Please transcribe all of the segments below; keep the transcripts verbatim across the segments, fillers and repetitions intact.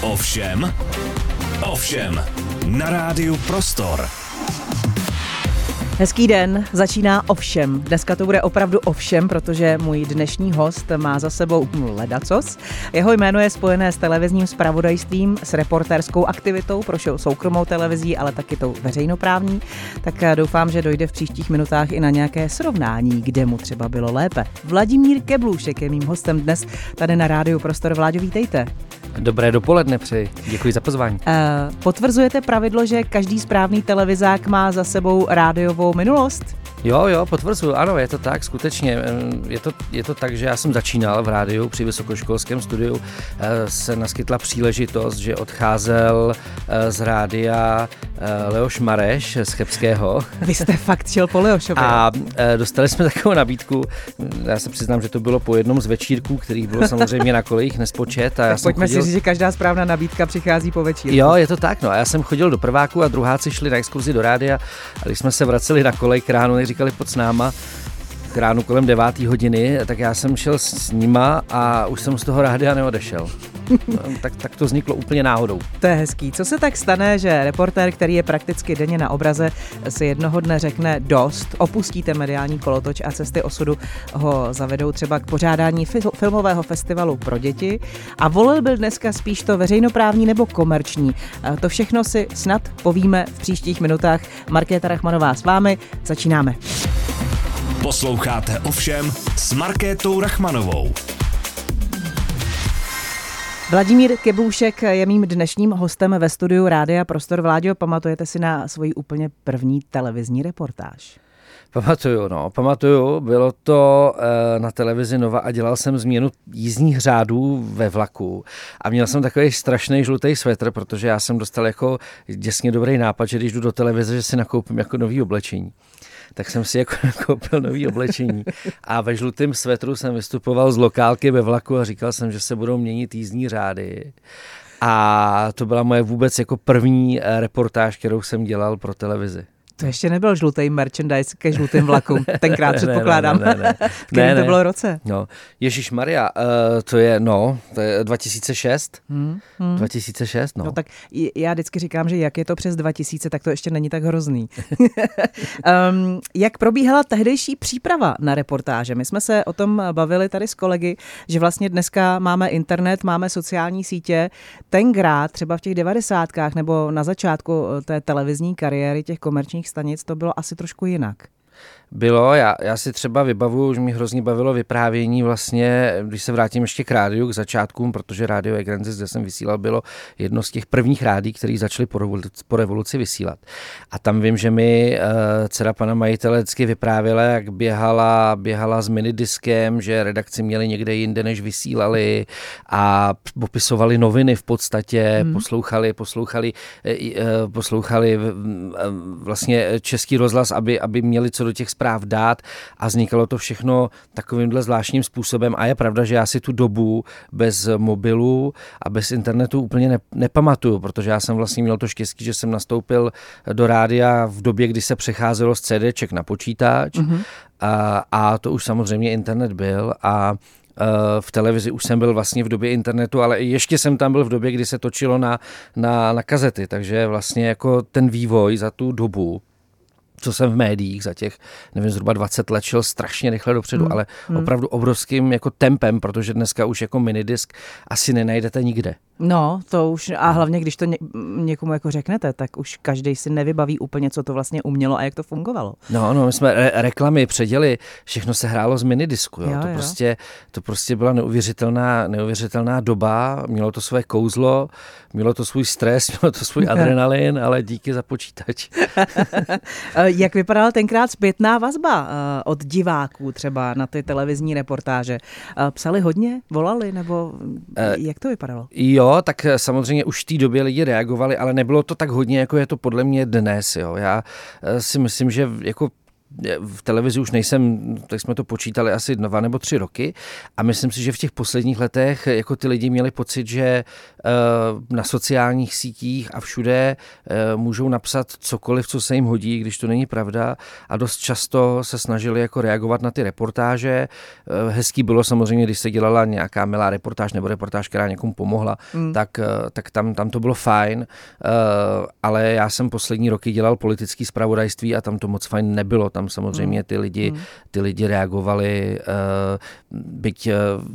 Ovšem, ovšem, na rádiu Prostor. Hezký den, začíná Ovšem. Dneska to bude opravdu ovšem, protože můj dnešní host má za sebou ledacos. Jeho jméno je spojené s televizním zpravodajstvím, s reportérskou aktivitou, prošel soukromou televizí, ale taky tou veřejnoprávní. Tak doufám, že dojde v příštích minutách i na nějaké srovnání, kde mu třeba bylo lépe. Vladimír Keblůšek je mým hostem dnes tady na rádiu Prostor. Vláďo, vítejte. Dobré dopoledne přeji. Děkuji za pozvání. Uh, potvrzujete pravidlo, že každý správný televizák má za sebou rádiovou minulost? Jo, jo, potvrzuji, ano, je to tak, skutečně. Je to, je to tak, že já jsem začínal v rádiu při vysokoškolském studiu, se naskytla příležitost, že odcházel z rádia Leoš Mareš z Chebského. Vy jste fakt šel po Leošovi. A dostali jsme takovou nabídku, já se přiznám, že to bylo po jednom z večírků, kterých bylo samozřejmě na kolejích nespočet. A já tak jsem pojďme chodil... si říct, že každá správná nabídka přichází po večírku. Jo, je to tak, no a já jsem chodil do prváku a druháci šli na exkurzi do rádia a když jsme se vraceli na kolej k ránu, říkali pod s náma k ránu kolem deváté hodiny, tak já jsem šel s nima a už jsem z toho rádia neodešel. No, tak, tak to vzniklo úplně náhodou. To je hezký. Co se tak stane, že reportér, který je prakticky denně na obraze, si jednoho dne řekne dost, opustíte mediální kolotoč a cesty osudu ho zavedou třeba k pořádání fil- filmového festivalu pro děti a volil byl dneska spíš to veřejnoprávní nebo komerční. To všechno si snad povíme v příštích minutách. Markéta Rachmanová s vámi. Začínáme. Posloucháte Ovšem s Markétou Rachmanovou. Vladimír Keblůšek je mým dnešním hostem ve studiu Rádia Prostor. Vláďo, pamatujete si na svoji úplně první televizní reportáž? Pamatuju, no, pamatuju, bylo to e, na televizi Nova a dělal jsem změnu jízdních řádů ve vlaku a měl jsem takový strašný žlutý svetr, protože já jsem dostal jako děsně dobrý nápad, že když jdu do televize, že si nakoupím jako nový oblečení. Tak jsem si jako koupil nový oblečení a ve žlutém svetru jsem vystupoval z lokálky ve vlaku a říkal jsem, že se budou měnit jízdní řády. A to byla moje vůbec jako první reportáž, kterou jsem dělal pro televizi. To ještě nebyl žlutý merchandise ke žlutým vlakům, tenkrát ne, předpokládám. Ne, ne, ne, ne. V kterém ne, to ne. bylo roce? No, Ježišmarja, uh, to je, no, to je dva tisíce šest. Hmm, hmm. dva tisíce šest, no. No tak já vždycky říkám, že jak je to přes dva tisíce, tak to ještě není tak hrozný. um, jak probíhala tehdejší příprava na reportáže? My jsme se o tom bavili tady s kolegy, že vlastně dneska máme internet, máme sociální sítě. Tenkrát, třeba v těch devadesátkách nebo na začátku té televizní kariéry těch komerčních stanic, to bylo asi trošku jinak. Bylo, já, já si třeba vybavuju, že mi hrozně bavilo vyprávění vlastně, když se vrátím ještě k rádiu, k začátkům, protože Rádio Egrensis, kde jsem vysílal, bylo jedno z těch prvních rádií, který začali po revoluci, po revoluci vysílat. A tam vím, že mi uh, dcera pana majitele vždycky vyprávěla, jak běhala, běhala s minidiskem, že redakci měli někde jinde, než vysílali a popisovali noviny v podstatě, hmm. poslouchali, poslouchali, uh, poslouchali uh, vlastně Český rozhlas, aby, aby měli co do těch zpráv dát a vznikalo to všechno takovýmhle zvláštním způsobem a je pravda, že já si tu dobu bez mobilu a bez internetu úplně ne, nepamatuju, protože já jsem vlastně měl to štěstí, že jsem nastoupil do rádia v době, kdy se přecházelo z CDček na počítač mm-hmm. a, a to už samozřejmě internet byl a v televizi už jsem byl vlastně v době internetu, ale ještě jsem tam byl v době, kdy se točilo na, na, na kazety, takže vlastně jako ten vývoj za tu dobu, co jsem v médiích za těch, nevím, zhruba dvacet let šel strašně rychle dopředu, hmm. ale hmm. opravdu obrovským jako tempem, protože dneska už jako minidisk asi nenajdete nikde. No, to už, a hlavně, když to ně, někomu jako řeknete, tak už každý si nevybaví úplně, co to vlastně umělo a jak to fungovalo. No, no, my jsme re- reklamy, předěly, všechno se hrálo z minidisku, jo. Jo, to, jo. Prostě, to prostě byla neuvěřitelná, neuvěřitelná doba, mělo to své kouzlo, mělo to svůj stres, mělo to svůj adrenalin, ale díky za počítač. Jak vypadala tenkrát zpětná vazba od diváků třeba na ty televizní reportáže? Psali hodně, volali, nebo jak to vypadalo? Jo, tak samozřejmě už v té době lidi reagovali, ale nebylo to tak hodně, jako je to podle mě dnes. Jo. Já si myslím, že jako v televizi už nejsem, tak jsme to počítali asi dva nebo tři roky a myslím si, že v těch posledních letech jako ty lidi měli pocit, že na sociálních sítích a všude můžou napsat cokoliv, co se jim hodí, když to není pravda a dost často se snažili jako reagovat na ty reportáže. Hezký bylo samozřejmě, když se dělala nějaká milá reportáž nebo reportáž, která někomu pomohla, mm. tak, tak tam, tam to bylo fajn, ale já jsem poslední roky dělal politický zpravodajství a tam to moc fajn nebylo. Tam samozřejmě ty lidi, mm. ty lidi reagovali, byť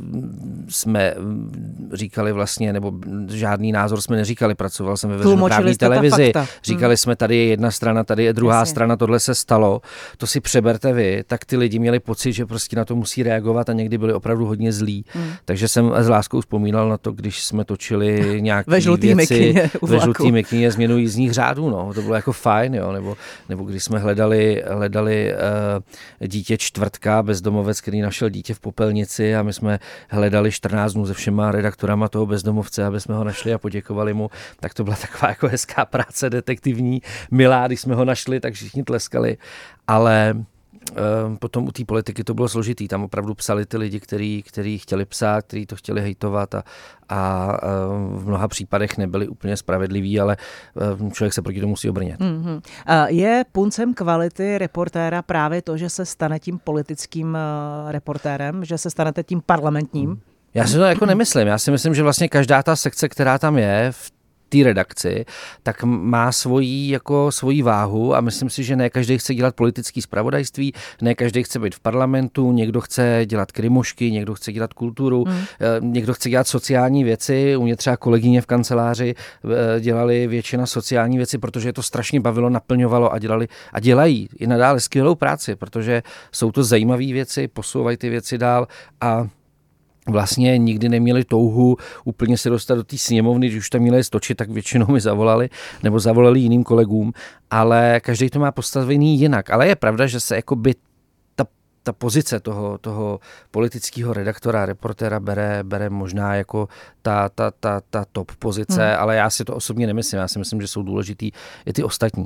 jsme říkali vlastně, nebo žádný názor jsme neříkali, pracoval jsem ve veřejnoprávní televizi, říkali mm. jsme, tady je jedna strana, tady je druhá Jasně. strana, tohle se stalo, to si přeberte vy, tak ty lidi měli pocit, že prostě na to musí reagovat a někdy byli opravdu hodně zlí. Mm. Takže jsem s láskou vzpomínal na to, když jsme točili nějaké ve žlutý věci mikině, ve žlutý mikině změnu jízdních řádů, no, to bylo jako fajn, jo, nebo, nebo když jsme hledali, hledali uh, dítě čtvrtka, bezdomovec, který našel dítě v popelnici a my jsme hledali čtrnáct dnů se všema redaktorama toho bezdomovce, aby jsme ho našli a poděkovali mu, tak to byla taková jako hezká práce detektivní, milá, když jsme ho našli, tak všichni tleskali, ale potom u té politiky to bylo složitý. Tam opravdu psali ty lidi, kteří, kteří chtěli psát, kteří to chtěli hejtovat a, a v mnoha případech nebyli úplně spravedliví, ale člověk se proti tomu musí obrnět. Mm-hmm. Je puncem kvality reportéra právě to, že se stane tím politickým reportérem, že se stanete tím parlamentním? Já si to jako nemyslím. Já si myslím, že vlastně každá ta sekce, která tam je v té redakci, tak má svoji, jako svoji váhu a myslím si, že ne každý chce dělat politický zpravodajství, ne každý chce být v parlamentu, někdo chce dělat krymošky, někdo chce dělat kulturu, mm. někdo chce dělat sociální věci. U mě třeba kolegyně v kanceláři dělali většina sociální věci, protože je to strašně bavilo, naplňovalo a dělali a dělají i nadále skvělou práci, protože jsou to zajímavé věci, posouvají ty věci dál a vlastně nikdy neměli touhu úplně se dostat do té sněmovny, když už tam měli stočit, tak většinou mi zavolali nebo zavolali jiným kolegům, ale každý to má postavený jinak. Ale je pravda, že se jakoby ta, ta pozice toho, toho politického redaktora, reportéra bere, bere možná jako ta, ta, ta, ta top pozice, hmm. ale já si to osobně nemyslím. Já si myslím, že jsou důležitý i ty ostatní.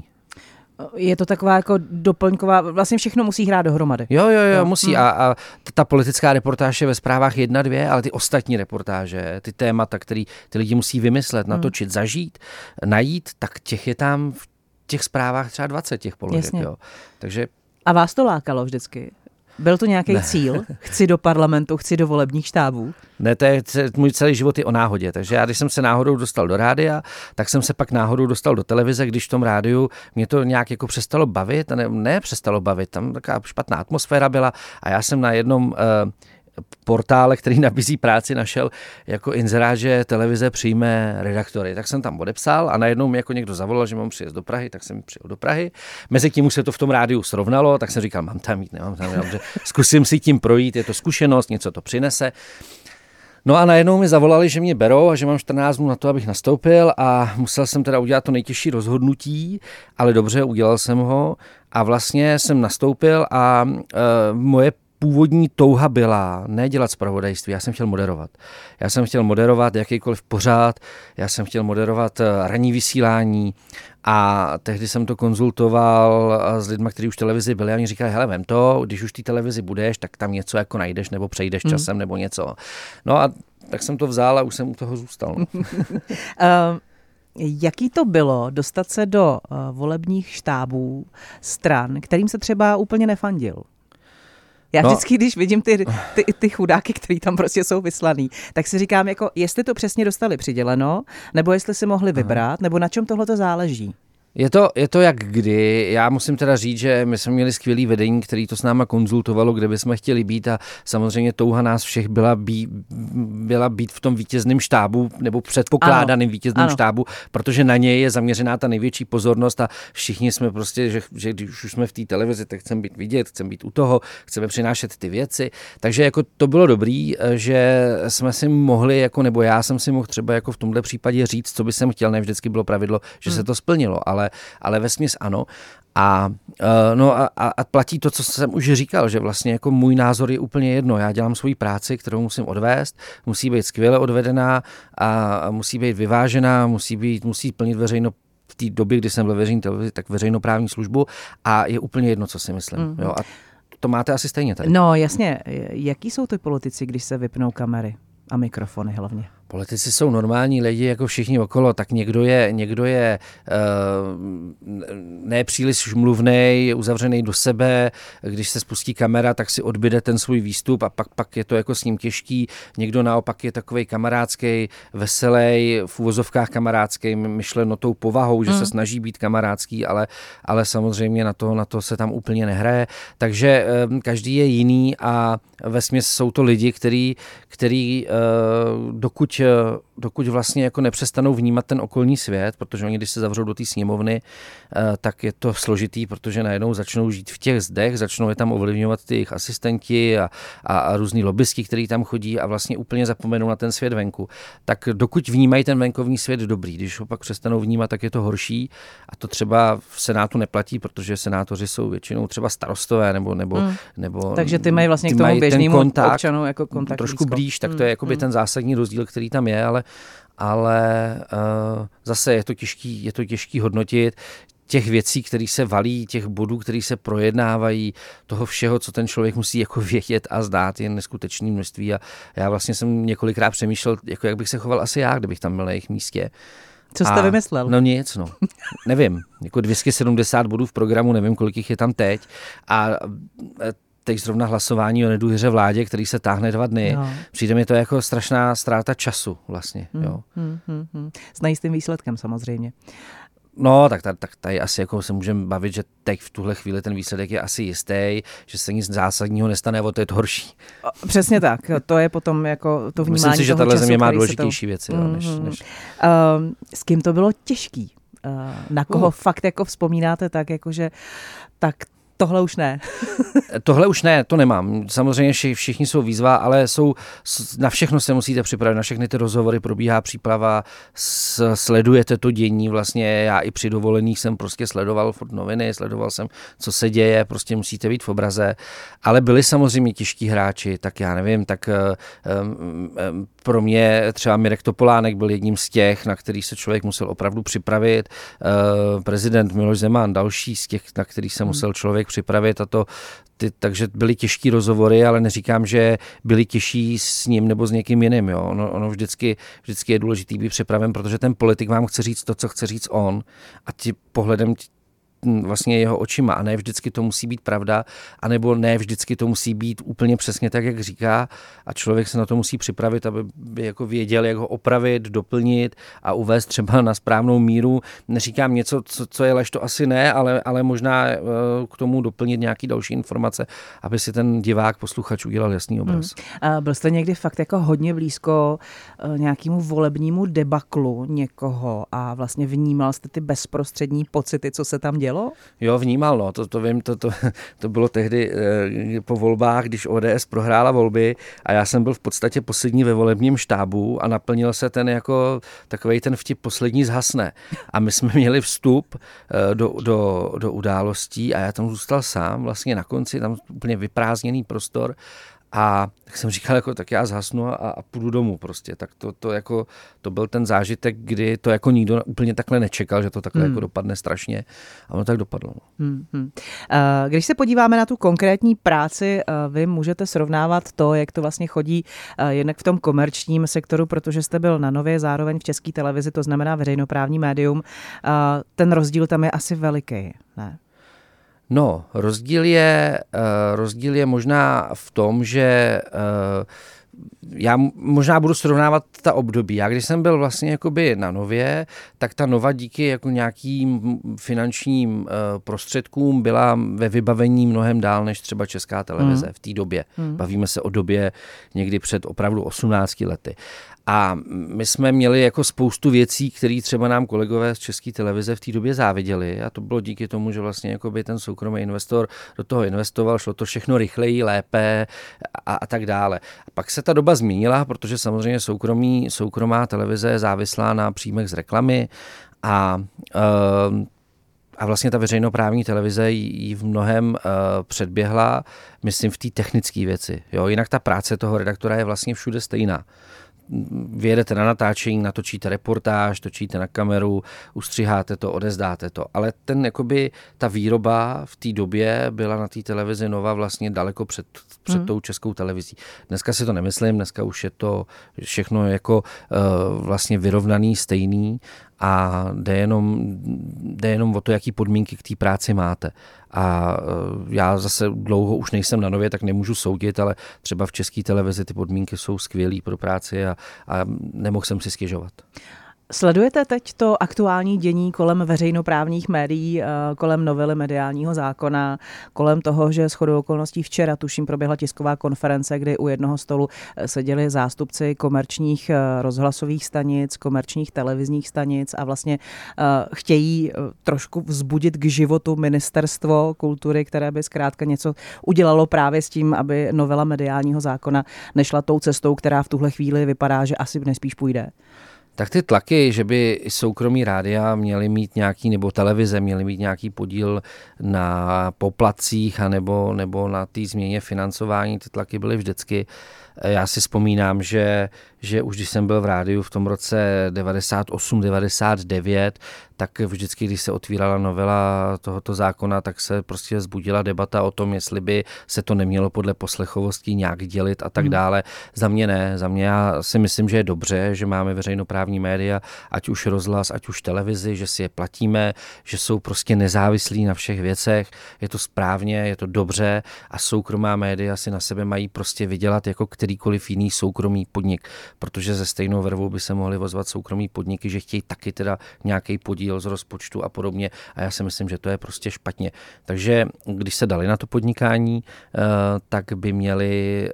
Je to taková jako doplňková, vlastně všechno musí hrát dohromady. Jo, jo, jo, musí. Hmm. A, a ta politická reportáž je ve zprávách jedna, dvě, ale ty ostatní reportáže, ty témata, které ty lidi musí vymyslet, natočit, hmm. zažít, najít, tak těch je tam v těch zprávách třeba dvacet těch položek. Jo. Takže... A vás to lákalo vždycky? Byl to nějaký ne. cíl? Chci do parlamentu, chci do volebních štábů? Ne, to je můj celý život je o náhodě. Takže já, když jsem se náhodou dostal do rádia, tak jsem se pak náhodou dostal do televize, když v tom rádiu mě to nějak jako přestalo bavit, ne, ne přestalo bavit, tam taková špatná atmosféra byla a já jsem na jednom... Uh, portále, který nabízí práci, našel jako inzerát, že televize přijme redaktory. Tak jsem tam odepsal a najednou mi jako někdo zavolal, že mám přijet do Prahy, tak jsem přijel do Prahy. Mezi tím už se to v tom rádiu srovnalo, tak jsem říkal, mám tam jít, nemám tam jít, zkusím si tím projít, je to zkušenost, něco to přinese. No a najednou mi zavolali, že mě berou a že mám čtrnáct dnů na to, abych nastoupil a musel jsem teda udělat to nejtěžší rozhodnutí, ale dobře, udělal jsem ho a vlastně jsem nastoupil a uh, moje původní touha byla nedělat zpravodajství, já jsem chtěl moderovat. Já jsem chtěl moderovat jakýkoliv pořád, já jsem chtěl moderovat ranní vysílání a tehdy jsem to konzultoval s lidmi, kteří už v televizi byli a oni říkali, hele, vem to, když už v té televizi budeš, tak tam něco jako najdeš nebo přejdeš mm. časem nebo něco. No a tak jsem to vzal a už jsem u toho zůstal. No. uh... Jaký to bylo dostat se do uh, volebních štábů stran, kterým se třeba úplně nefandil? Já no. vždycky, když vidím ty, ty, ty chudáky, který tam prostě jsou vyslaný, tak si říkám, jako, jestli to přesně dostali přiděleno, nebo jestli si mohli vybrat, Aha. nebo na čem tohle to záleží. Je to, je to jak kdy, já musím teda říct, že my jsme měli skvělý vedení, který to s náma konzultovalo, kde bychom chtěli být a samozřejmě touha nás všech byla, bí, byla být v tom vítězném štábu nebo předpokládaným vítězném štábu, protože na něj je zaměřená ta největší pozornost a všichni jsme prostě, že, že když už jsme v té televizi, tak chceme být vidět, chceme být u toho, chceme přinášet ty věci, takže jako to bylo dobrý, že jsme si mohli, jako, nebo já jsem si mohl třeba jako v tomhle případě říct, co by jsem chtěl, ne vždycky bylo pravidlo, že hmm. se to splnilo, ale ale vesměs ano. A, no a, a platí to, co jsem už říkal, že vlastně jako můj názor je úplně jedno. Já dělám svoji práci, kterou musím odvést, musí být skvěle odvedená a musí být vyvážená, musí být, musí plnit veřejno v té době, kdy jsem byl veřejný televizi, tak veřejnoprávní službu a je úplně jedno, co si myslím. Mm-hmm. Jo? A to máte asi stejně tady. No jasně, jaký jsou ty politici, když se vypnou kamery a mikrofony hlavně? Politici jsou normální lidi jako všichni okolo, tak někdo je, někdo je uh, nepříliš mluvnej, uzavřený do sebe, když se spustí kamera, tak si odbyde ten svůj výstup a pak, pak je to jako s ním těžký. Někdo naopak je takovej kamarádský, veselý, v uvozovkách kamarádský, myšleno tou povahou, že mm. se snaží být kamarádský, ale, ale samozřejmě na to, na to se tam úplně nehraje. Takže um, každý je jiný a vesměs jsou to lidi, který, který uh, dokud dokud vlastně jako nepřestanou vnímat ten okolní svět, protože oni, když se zavřou do té sněmovny, tak je to složitý, protože najednou začnou žít v těch zdech, začnou je tam ovlivňovat ty jejich asistenti a, a, a různý lobbysti, kteří tam chodí a vlastně úplně zapomenou na ten svět venku. Tak dokud vnímají ten venkovní svět dobrý, když ho pak přestanou vnímat, tak je to horší a to třeba v Senátu neplatí, protože senátoři jsou většinou třeba starostové nebo... nebo, hmm. nebo takže ty mají vlastně k tomu běžnému občanu jako kontakt trošku blízko. blíž, tak to je jakoby hmm. ten zásadní rozdíl, který tam je, ale, ale uh, zase je to těžký, je to těžký hodnotit těch věcí, které se valí, těch bodů, které se projednávají, toho všeho, co ten člověk musí jako vědět a znát, je neskutečné množství a já vlastně jsem několikrát přemýšlel, jako jak bych se choval asi já, kdybych tam byl na jejich místě. Co jste a, vymyslel? No nic, no. Nevím. Jako dvě stě sedmdesát bodů v programu, nevím, kolik jich je tam teď a teď zrovna hlasování o nedůvěře vládě, který se táhne dva dny. No. Přijde mi to jako strašná ztráta času vlastně. Hmm, jo. Hmm, hmm, hmm. S nejistým výsledkem samozřejmě. No, tak, tak, tak tady asi jako se můžeme bavit, že teď v tuhle chvíli ten výsledek je asi jistý, že se nic zásadního nestane, o to je to horší. Přesně tak, to je potom jako to vnímání. Myslím si, že tahle tahle země má to... důležitější věci. Mm-hmm. Jo, než, než... Uh, s kým to bylo těžký? Uh, na koho uh. fakt jako vzpomínáte tak, jakože tak tohle už ne. Tohle už ne, to nemám. Samozřejmě všichni jsou výzva, ale jsou, na všechno se musíte připravit, na všechny ty rozhovory probíhá příprava, sledujete to dění, vlastně já i při dovolených jsem prostě sledoval furt noviny, sledoval jsem, co se děje, prostě musíte být v obraze, ale byli samozřejmě těžkí hráči, tak já nevím, tak um, um, pro mě třeba Mirek Topolánek byl jedním z těch, na který se člověk musel opravdu připravit, uh, prezident Miloš Zeman, další z těch, na který se musel člověk připravit a to, ty, takže byly těžký rozhovory, ale neříkám, že byly těžší s ním nebo s někým jiným. Jo. Ono, ono vždycky, vždycky je důležitý být připraven, protože ten politik vám chce říct to, co chce říct on a ti pohledem vlastně jeho očima a ne vždycky to musí být pravda, anebo ne vždycky to musí být úplně přesně tak, jak říká a člověk se na to musí připravit, aby jako věděl, jak ho opravit, doplnit a uvést třeba na správnou míru. Neříkám něco, co, co je lež, to asi ne, ale, ale možná k tomu doplnit nějaký další informace, aby si ten divák, posluchač udělal jasný obraz. Hmm. A byl jste někdy fakt jako hodně blízko nějakému volebnímu debaklu někoho a vlastně vnímal jste ty bezprostřední pocity, co se tam dělo? Jo, vnímal, no, to, to vím, to, to, to bylo tehdy eh, po volbách, když O D S prohrála volby a já jsem byl v podstatě poslední ve volebním štábu a naplnil se ten jako takovej ten vtip poslední zhasne. A my jsme měli vstup eh, do, do, do událostí a já tam zůstal sám, vlastně na konci, tam úplně vyprázdněný prostor. A tak jsem říkal, jako, tak já zhasnu a, a půjdu domů prostě. Tak to, to, jako, to byl ten zážitek, kdy to jako nikdo úplně takhle nečekal, že to takhle hmm. jako dopadne strašně. A ono tak dopadlo. Hmm, hmm. Když se podíváme na tu konkrétní práci, vy můžete srovnávat to, jak to vlastně chodí jednak v tom komerčním sektoru, protože jste byl na Nově, zároveň v České televizi, to znamená veřejnoprávní médium. Ten rozdíl tam je asi veliký, ne? No, rozdíl je, rozdíl je možná v tom, že já možná budu srovnávat ta období. Já když jsem byl vlastně jakoby na Nově, tak ta Nova díky jako nějakým finančním prostředkům byla ve vybavení mnohem dál než třeba Česká televize hmm. v té době. Hmm. Bavíme se o době někdy před opravdu osmnácti lety. A my jsme měli jako spoustu věcí, které třeba nám kolegové z České televize v té době záviděli a to bylo díky tomu, že vlastně jakoby ten soukromý investor do toho investoval, šlo to všechno rychleji, lépe a, a tak dále. A pak se ta doba změnila, protože samozřejmě soukromí, soukromá televize je závislá na příjmech z reklamy a uh, A vlastně ta veřejnoprávní televize ji v mnohem uh, předběhla, myslím, v té technické věci. Jo? Jinak ta práce toho redaktora je vlastně všude stejná. vyjedete na natáčení, natočíte reportáž, točíte na kameru, ustřiháte to, odezdáte to. Ale ten, jakoby, ta výroba v té době byla na té televizi Nova vlastně daleko před, před hmm. tou Českou televizí. Dneska si to nemyslím, dneska už je to všechno jako uh, vlastně vyrovnaný, stejný a jde jenom, jde jenom o to, jaký podmínky k té práci máte. A já zase dlouho už nejsem na Nově, tak nemůžu soudit, ale třeba v České televizi ty podmínky jsou skvělý pro práci a, a nemohl jsem si stěžovat. Sledujete teď to aktuální dění kolem veřejnoprávních médií, kolem novely mediálního zákona, kolem toho, že shodou okolností včera, tuším, proběhla tisková konference, kdy u jednoho stolu seděli zástupci komerčních rozhlasových stanic, komerčních televizních stanic a vlastně chtějí trošku vzbudit k životu ministerstvo kultury, které by zkrátka něco udělalo právě s tím, aby novela mediálního zákona nešla tou cestou, která v tuhle chvíli vypadá, že asi nejspíš půjde. Tak ty tlaky, že by soukromí rádia měly mít nějaký, nebo televize měly mít nějaký podíl na poplatcích a nebo, nebo na té změně financování, ty tlaky byly vždycky. Já si vzpomínám, že, že už když jsem byl v rádiu v tom roce devadesát osm devadesát devět, tak vždycky, když se otvírala novela tohoto zákona, tak se prostě zbudila debata o tom, jestli by se to nemělo podle poslechovosti nějak dělit a tak hmm. dále. Za mě ne, za mě já si myslím, že je dobře, že máme veřejnoprávní média, ať už rozhlas, ať už televizi, že si je platíme, že jsou prostě nezávislí na všech věcech, je to správně, je to dobře a soukromá média si na sebe mají prostě vydělat jako kterýkoliv jiný soukromý podnik, protože ze stejnou vervou by se mohly ozvat soukromí podniky, že chtějí taky teda nějaký podíl z rozpočtu a podobně a já si myslím, že to je prostě špatně. Takže když se dali na to podnikání, tak by měli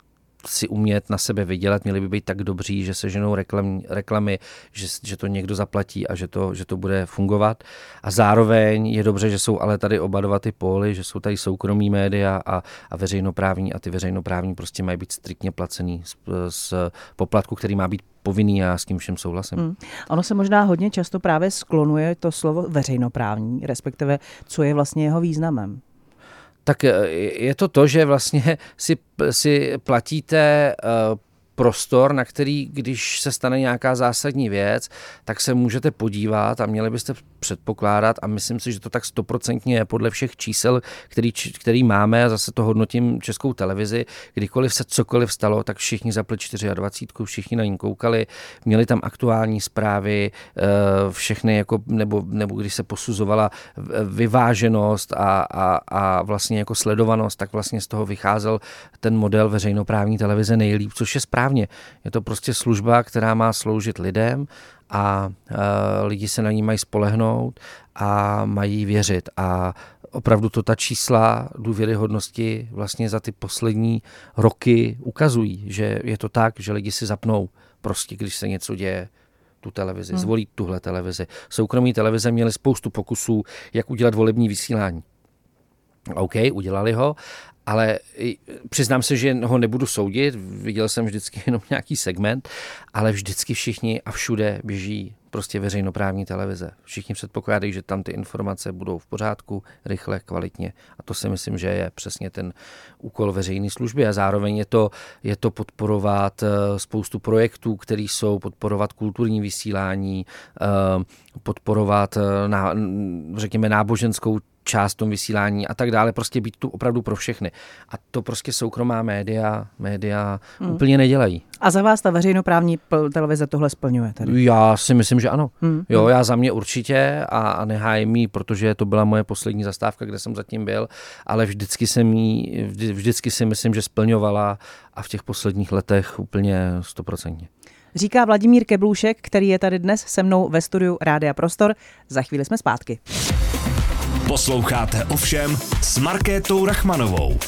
si umět na sebe vydělat, měli by být tak dobří, že se ženou reklam, reklamy, že, že to někdo zaplatí a že to, že to bude fungovat. A zároveň je dobře, že jsou ale tady oba dva ty póly, že jsou tady soukromí média a, a veřejnoprávní a ty veřejnoprávní prostě mají být striktně placený z, z poplatku, který má být povinný a s tím všem souhlasím. Hmm. Ono se možná hodně často právě sklonuje to slovo veřejnoprávní, respektive co je vlastně jeho významem. Tak je to to, že vlastně si, si platíte uh, prostor, na který, když se stane nějaká zásadní věc, tak se můžete podívat a měli byste předpokládat a myslím si, že to tak stoprocentně je podle všech čísel, který, který máme a zase to hodnotím Českou televizi, kdykoliv se cokoliv stalo, tak všichni zapli dvacet čtyři, všichni na ní koukali, měli tam aktuální zprávy, všechny jako, nebo, nebo když se posuzovala vyváženost a, a, a vlastně jako sledovanost, tak vlastně z toho vycházel ten model veřejnoprávní televize nejlíp, což je správně. Je to prostě služba, která má sloužit lidem a uh, lidi se na ní mají spolehnout a mají věřit. A opravdu to ta čísla důvěryhodnosti vlastně za ty poslední roky ukazují, že je to tak, že lidi si zapnou prostě, když se něco děje, tu televizi, hmm. zvolí tuhle televizi. Soukromí televize měly spoustu pokusů, jak udělat volební vysílání. OK, udělali ho, ale přiznám se, že ho nebudu soudit, viděl jsem vždycky jenom nějaký segment, ale vždycky všichni a všude běží prostě veřejnoprávní televize. Všichni předpokládají, že tam ty informace budou v pořádku, rychle, kvalitně. A to si myslím, že je přesně ten úkol veřejné služby. A zároveň je to, je to podporovat spoustu projektů, které jsou, podporovat kulturní vysílání, podporovat, řekněme, náboženskou část tom vysílání a tak dále, prostě být tu opravdu pro všechny. A to prostě soukromá média, média hmm. úplně nedělají. A za vás ta veřejnoprávní televize tohle splňuje tady? Já si myslím, že ano. Hmm. Jo, já za mě určitě a, a nehájím jí, protože to byla moje poslední zastávka, kde jsem zatím byl, ale vždycky jsem jí, vždy, vždycky si myslím, že splňovala a v těch posledních letech úplně stoprocentně. Říká Vladimír Keblůšek, který je tady dnes se mnou ve studiu Rádia Prostor. Za chvíli jsme zpátky. Posloucháte Ovšem s Markétou Rachmanovou.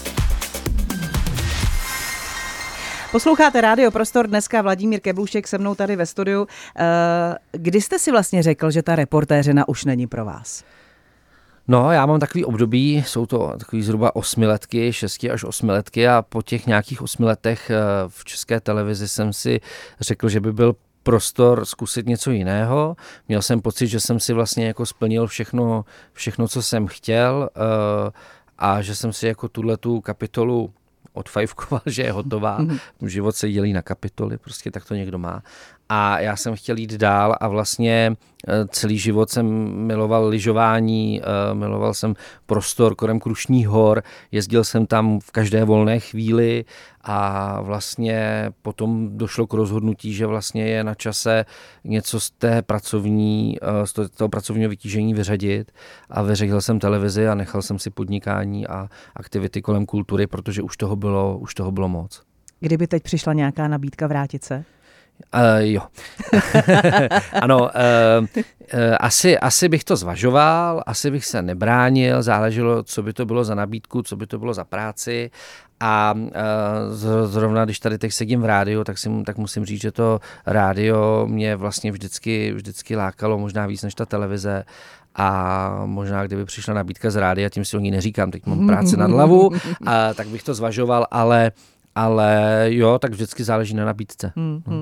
Posloucháte Rádio Prostor, dneska Vladimír Keblůšek se mnou tady ve studiu. Kdy jste si vlastně řekl, že ta reportéřina už není pro vás? No, já mám takový období, jsou to takový zhruba osmiletky, šesti až osmiletky a po těch nějakých osmi letech v České televizi jsem si řekl, že by byl prostor zkusit něco jiného. Měl jsem pocit, že jsem si vlastně jako splnil všechno, všechno co jsem chtěl a že jsem si jako tuhletu kapitolu odfajfkoval, že je hotová. Život se dělí na kapitoly, prostě tak to někdo má. A já jsem chtěl jít dál a vlastně celý život jsem miloval lyžování, miloval jsem prostor kolem Krušných hor, jezdil jsem tam v každé volné chvíli a vlastně potom došlo k rozhodnutí, že vlastně je na čase něco z té pracovní, z toho pracovního vytížení vyřadit a vyřadil jsem televizi a nechal jsem si podnikání a aktivity kolem kultury, protože už toho bylo, už toho bylo moc. Kdyby teď přišla nějaká nabídka vrátit se? Uh, jo. Ano, uh, uh, asi, asi bych to zvažoval, asi bych se nebránil, záleželo, co by to bylo za nabídku, co by to bylo za práci a uh, zrovna, když tady teď sedím v rádiu, tak, si, tak musím říct, že to rádio mě vlastně vždycky, vždycky lákalo, možná víc než ta televize. A možná, kdyby přišla nabídka z rádia, tím si o ní neříkám, teď mám práci nad hlavu, a, tak bych to zvažoval, ale Ale jo, tak vždycky záleží na nabídce. Hmm, hmm. Uh,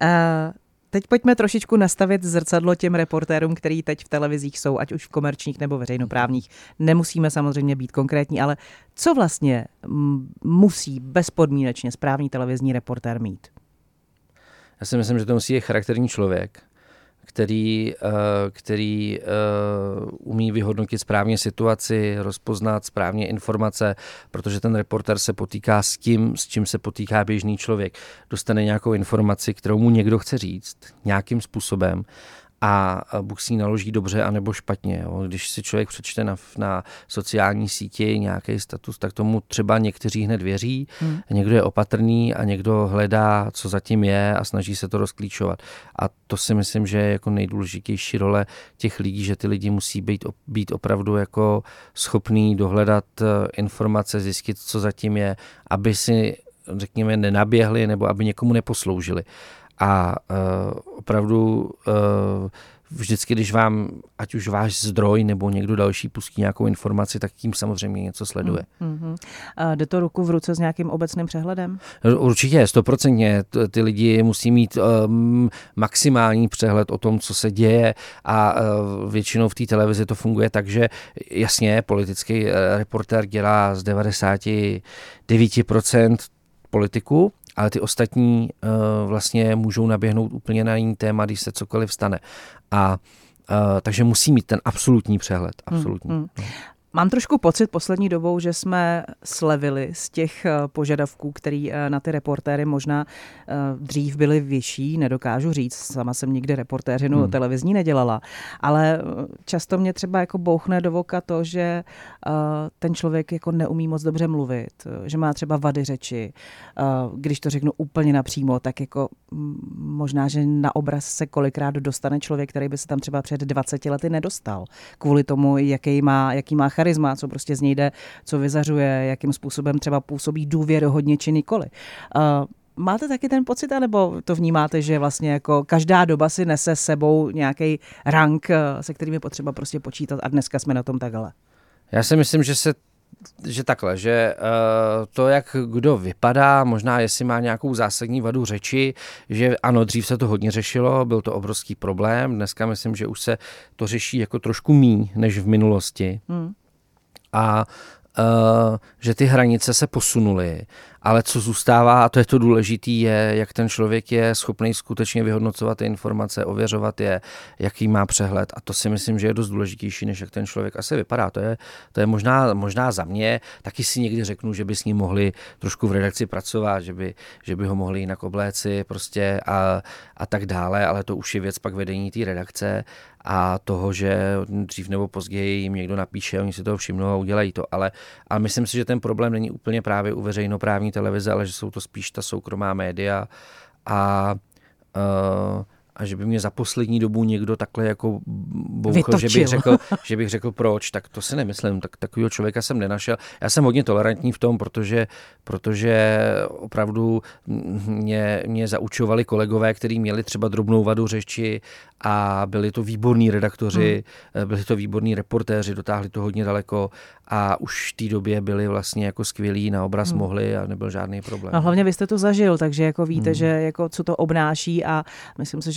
teď pojďme trošičku nastavit zrcadlo těm reportérům, který teď v televizích jsou, ať už v komerčních nebo veřejnoprávních. Nemusíme samozřejmě být konkrétní, ale co vlastně musí bezpodmínečně správný televizní reportér mít? Já si myslím, že to musí být charakterní člověk, který, který umí vyhodnotit správně situaci, rozpoznat správně informace, protože ten reportér se potýká s tím, s čím se potýká běžný člověk. Dostane nějakou informaci, kterou mu někdo chce říct nějakým způsobem a buď si ji naloží dobře, anebo špatně. Jo. Když si člověk přečte na, na sociální síti nějaký status, tak tomu třeba někteří hned věří, hmm. někdo je opatrný a někdo hledá, co zatím je a snaží se to rozklíčovat. A to si myslím, že je jako nejdůležitější role těch lidí, že ty lidi musí být, být opravdu jako schopný dohledat informace, zjistit, co zatím je, aby si, řekněme, nenaběhli nebo aby někomu neposloužili. A uh, opravdu uh, vždycky, když vám, ať už váš zdroj nebo někdo další pustí nějakou informaci, tak tím samozřejmě něco sleduje. Mm-hmm. A jde to ruku v ruce s nějakým obecným přehledem? Určitě, stoprocentně. Ty lidi musí mít um, maximální přehled o tom, co se děje a uh, většinou v té televizi to funguje tak, že jasně, politický uh, reportér dělá z devadesát devět procent politiku, ale ty ostatní uh, vlastně můžou naběhnout úplně na jiný téma, když se cokoliv stane. A uh, takže musí mít ten absolutní přehled. Absolutní. Hmm, hmm. Mám trošku pocit poslední dobou, že jsme slevili z těch požadavků, který na ty reportéry možná dřív byly vyšší, nedokážu říct, sama jsem nikdy reportéřinu hmm. televizní nedělala, ale často mě třeba jako bouchne do voka to, že ten člověk jako neumí moc dobře mluvit, že má třeba vady řeči, když to řeknu úplně napřímo, tak jako možná, že na obraz se kolikrát dostane člověk, který by se tam třeba před dvaceti lety nedostal, kvůli tomu, jaký má, jaký má charisma, co prostě z něj jde, co vyzařuje, jakým způsobem třeba působí důvěryhodně či nikoli. Uh, máte taky ten pocit, anebo to vnímáte, že vlastně jako každá doba si nese s sebou nějaký rank, se kterým je potřeba prostě počítat a dneska jsme na tom takhle? Já si myslím, že se že takhle, že uh, to, jak kdo vypadá, možná jestli má nějakou zásadní vadu řeči, že ano, dřív se to hodně řešilo, byl to obrovský problém, dneska myslím, že už se to řeší jako trošku míň než v minulosti. Hmm. A uh, že ty hranice se posunuly, ale co zůstává, a to je to důležité, je, jak ten člověk je schopný skutečně vyhodnocovat ty informace, ověřovat je, jaký má přehled. A to si myslím, že je dost důležitější, než jak ten člověk asi vypadá. To je, to je možná, možná za mě. Taky si někdy řeknu, že by s ním mohli trošku v redakci pracovat, že by, že by ho mohli jinak obléci prostě a, a tak dále, ale to už je věc pak vedení té redakce a toho, že dřív nebo později jim někdo napíše, oni si toho všimnou a udělají to. Ale, ale myslím si, že ten problém není úplně právě u veřejnoprávní televize, ale že jsou to spíš ta soukromá média a, uh, a že by mě za poslední dobu někdo takhle jako bouchl, že bych, řekl, že bych řekl proč, tak to si nemyslím, tak takového člověka jsem nenašel. Já jsem hodně tolerantní v tom, protože, protože opravdu mě, mě zaučovali kolegové, kteří měli třeba drobnou vadu řeči a byli to výborní redaktoři, hmm. byli to výborní reportéři, dotáhli to hodně daleko a už v té době byli vlastně jako skvělí, na obraz hmm. mohli a nebyl žádný problém. A hlavně vy jste to zažil, takže jako víte, hmm. že jako co to obnáší a myslím si, že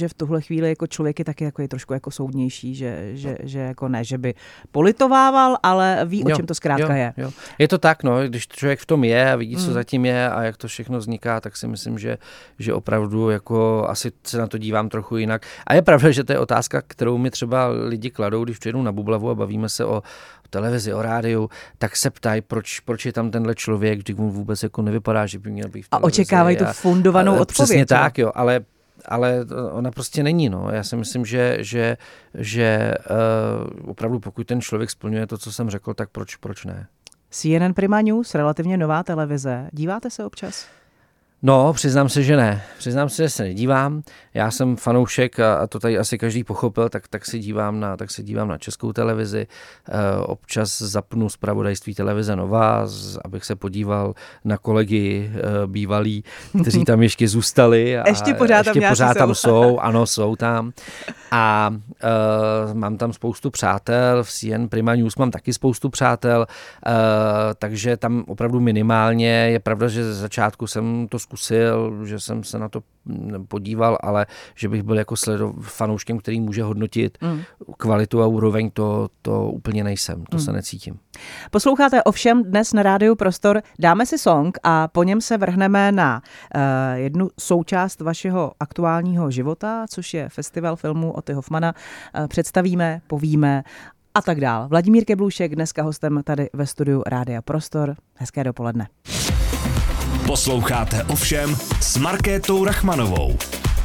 že v tuhle chvíli jako člověk je taky jako je trošku jako soudnější, že, že, že jako ne, že by politovával, ale ví, jo, o čem to zkrátka jo, je. Jo. Je to tak, no, když člověk v tom je a vidí, co mm. zatím je a jak to všechno vzniká, tak si myslím, že, že opravdu jako asi se na to dívám trochu jinak. A je pravda, že to je otázka, kterou mi třeba lidi kladou, když přijedou na Bublavu a bavíme se o televizi, o rádiu, tak se ptají, proč, proč je tam tenhle člověk, když on vůbec jako nevypadá, že by měl být v televizi. A očekávají tu fundovanou a, odpověď. Přesně tak, jo, ale ale ona prostě není. No. Já si myslím, že, že, že uh, opravdu pokud ten člověk splňuje to, co jsem řekl, tak proč, proč ne? C N N Prima News, relativně nová televize. Díváte se občas? No, přiznám se, že ne. Přiznám se, že se nedívám. Já jsem fanoušek a, a to tady asi každý pochopil, tak, tak, si dívám na, tak se dívám na Českou televizi. E, občas zapnu zpravodajství televize Nova, z, abych se podíval na kolegy e, bývalí, kteří tam ještě zůstali. A ještě pořád tam, ještě pořád tam jsou. jsou. Ano, jsou tam. A e, mám tam spoustu přátel. V C N N Prima News mám taky spoustu přátel. E, takže tam opravdu minimálně. Je pravda, že ze začátku jsem to zkusil, že jsem se na to podíval, ale že bych byl jako sledo, fanouškem, který může hodnotit mm. kvalitu a úroveň, to, to úplně nejsem, to mm. se necítím. Posloucháte ovšem dnes na Rádiu Prostor. Dáme si song a po něm se vrhneme na uh, jednu součást vašeho aktuálního života, což je festival filmů Otty Hoffmana. Uh, představíme, povíme a tak dál. Vladimír Keblůšek dneska hostem tady ve studiu Rádia Prostor. Hezké dopoledne. Posloucháte ovšem s Markétou Rachmanovou.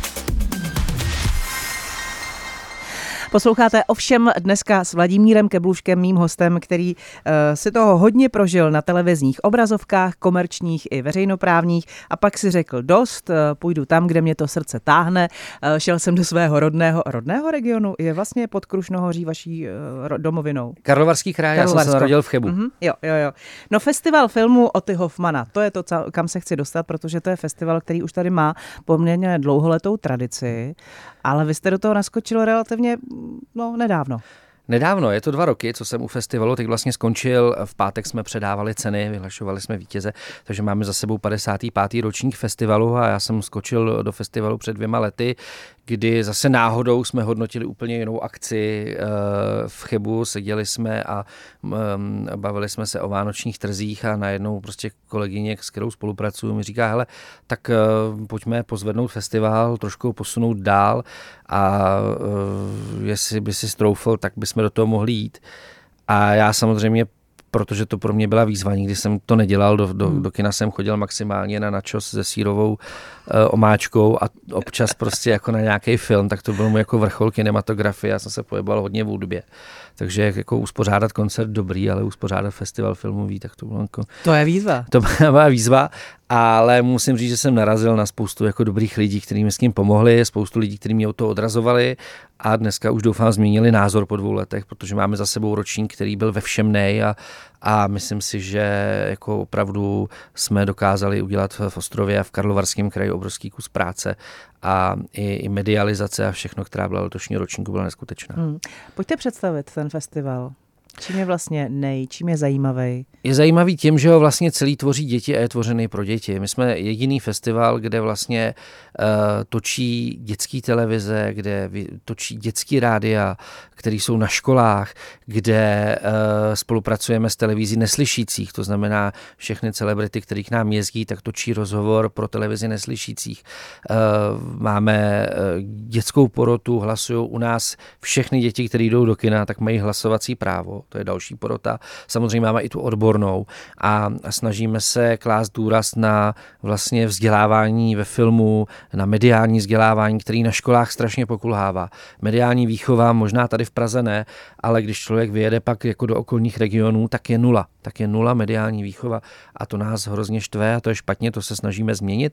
Posloucháte ovšem dneska s Vladimírem Keblůškem, mým hostem, který uh, si toho hodně prožil na televizních obrazovkách, komerčních i veřejnoprávních a pak si řekl dost, uh, půjdu tam, kde mě to srdce táhne. Uh, šel jsem do svého rodného, rodného regionu, je vlastně pod Krušnohoří vaší uh, domovinou. Karlovarský kraj, já jsem se narodil v Chebu. Mm-hmm, jo, jo, jo. No festival filmu Otty Hoffmana, to je to, kam se chci dostat, protože to je festival, který už tady má poměrně dlouholetou tradici, ale vy jste do toho naskočil relativně no, nedávno. Nedávno, je to dva roky, co jsem u festivalu, teď vlastně skončil, v pátek jsme předávali ceny, vyhlašovali jsme vítěze, takže máme za sebou padesátý pátý ročník festivalu a já jsem skočil do festivalu před dvěma lety, kdy zase náhodou jsme hodnotili úplně jinou akci v Chebu, seděli jsme a bavili jsme se o vánočních trzích a najednou prostě kolegyně, s kterou spolupracuju, mi říká, hele, tak pojďme pozvednout festival, trošku posunout dál a jestli by si stroufl, tak bychom do toho mohli jít. A já samozřejmě, protože to pro mě byla výzva, nikdy jsem to nedělal, do, do, do kina jsem chodil maximálně na načos se sírovou uh, omáčkou a občas prostě jako na nějaký film, tak to byl můj jako vrchol kinematografie, já jsem se pohyboval hodně v hudbě. Takže jako uspořádat koncert dobrý, ale uspořádat festival filmový, tak to bylo jako... To je výzva. To byla výzva, ale musím říct, že jsem narazil na spoustu jako dobrých lidí, kteří mi s tím pomohli, spoustu lidí, kteří mě o to odrazovali a dneska už doufám změnili názor po dvou letech, protože máme za sebou ročník, který byl ve všemnej a, a myslím si, že jako opravdu jsme dokázali udělat v Ostrově a v Karlovarském kraji obrovský kus práce a i, i medializace a všechno, která byla letošní ročníku, byla neskutečná. Hmm. Pojďte představit ten festival. Čím je vlastně nej, čím je zajímavý? Je zajímavý tím, že ho vlastně celý tvoří děti a je tvořený pro děti. My jsme jediný festival, kde vlastně uh, točí dětský televize, kde točí dětský rádia, které jsou na školách, kde uh, spolupracujeme s televizí neslyšících, to znamená všechny celebrity, které k nám jezdí, tak točí rozhovor pro televizi neslyšících. Uh, máme uh, dětskou porotu, hlasují u nás všechny děti, které jdou do kina, tak mají hlasovací právo. To je další porota. Samozřejmě máme i tu odbornou a snažíme se klást důraz na vlastně vzdělávání ve filmu, na mediální vzdělávání, který na školách strašně pokulhává. Mediální výchova možná tady v Praze ne, ale když člověk vyjede pak jako do okolních regionů, tak je nula. Tak je nula mediální výchova a to nás hrozně štve a to je špatně, to se snažíme změnit.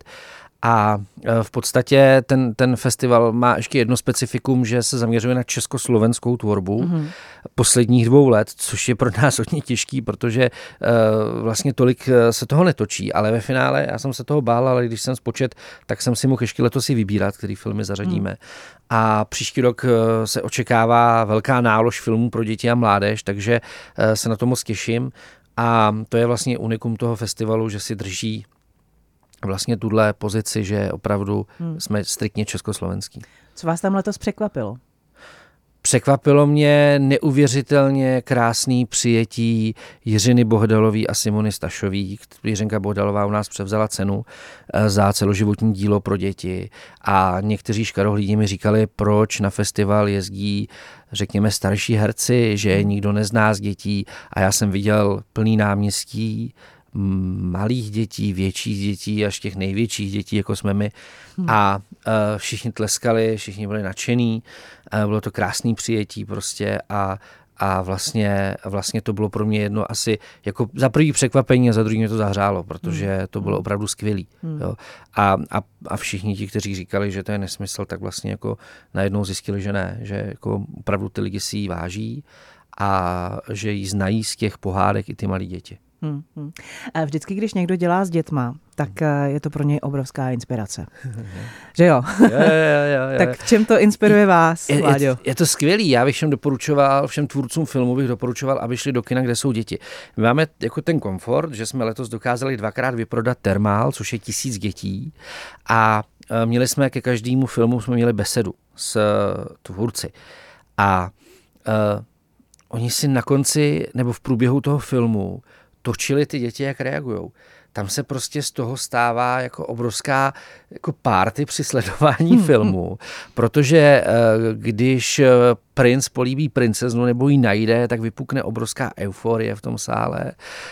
A v podstatě ten, ten festival má ještě jedno specifikum, že se zaměřuje na československou tvorbu mm-hmm. posledních dvou let, což je pro nás hodně těžký, protože uh, vlastně tolik se toho netočí, ale ve finále já jsem se toho bál, ale když jsem spočet, tak jsem si mohl ještě letos si vybírat, který filmy zařadíme. Mm. A příští rok uh, se očekává velká nálož filmů pro děti a mládež, takže uh, se na to moc těším a to je vlastně unikum toho festivalu, že si drží vlastně tuhle pozici, že opravdu hmm. jsme striktně československý. Co vás tam letos překvapilo? Překvapilo mě neuvěřitelně krásný přijetí Jiřiny Bohdalový a Simony Stašový. Jiřinka Bohdalová u nás převzala cenu za celoživotní dílo pro děti a někteří škarohlídi mi říkali, proč na festival jezdí, řekněme, starší herci, že je nikdo nezná z dětí, a já jsem viděl plný náměstí malých dětí, větších dětí, až těch největších dětí, jako jsme my. Hmm. A uh, všichni tleskali, všichni byli nadšení, uh, bylo to krásný přijetí prostě a, a vlastně, vlastně to bylo pro mě jedno asi jako za první překvapení a za druhý mě to zahřálo, protože to bylo opravdu skvělý. Hmm. Jo. A, a, a všichni ti, kteří říkali, že to je nesmysl, tak vlastně jako najednou zjistili, že ne, že jako opravdu ty lidi si ji váží a že ji znají z těch pohádek i ty malí děti. Hmm, hmm. Vždycky, když někdo dělá s dětma, tak je to pro něj obrovská inspirace. Že jo? Jo, jo, jo, jo. Tak v čem to inspiruje vás, je, Láďo? Je, je to skvělý. Já bych všem doporučoval, všem tvůrcům filmu bych doporučoval, aby šli do kina, kde jsou děti. My máme jako ten komfort, že jsme letos dokázali dvakrát vyprodat Thermal, což je tisíc dětí, a měli jsme ke každému filmu jsme měli besedu s tvůrci. A uh, oni si na konci nebo v průběhu toho filmu točili ty děti, jak reagujou. Tam se prostě z toho stává jako obrovská jako party při sledování hmm. filmu, protože když princ políbí princeznu nebo ji najde, tak vypukne obrovská euforie v tom sále.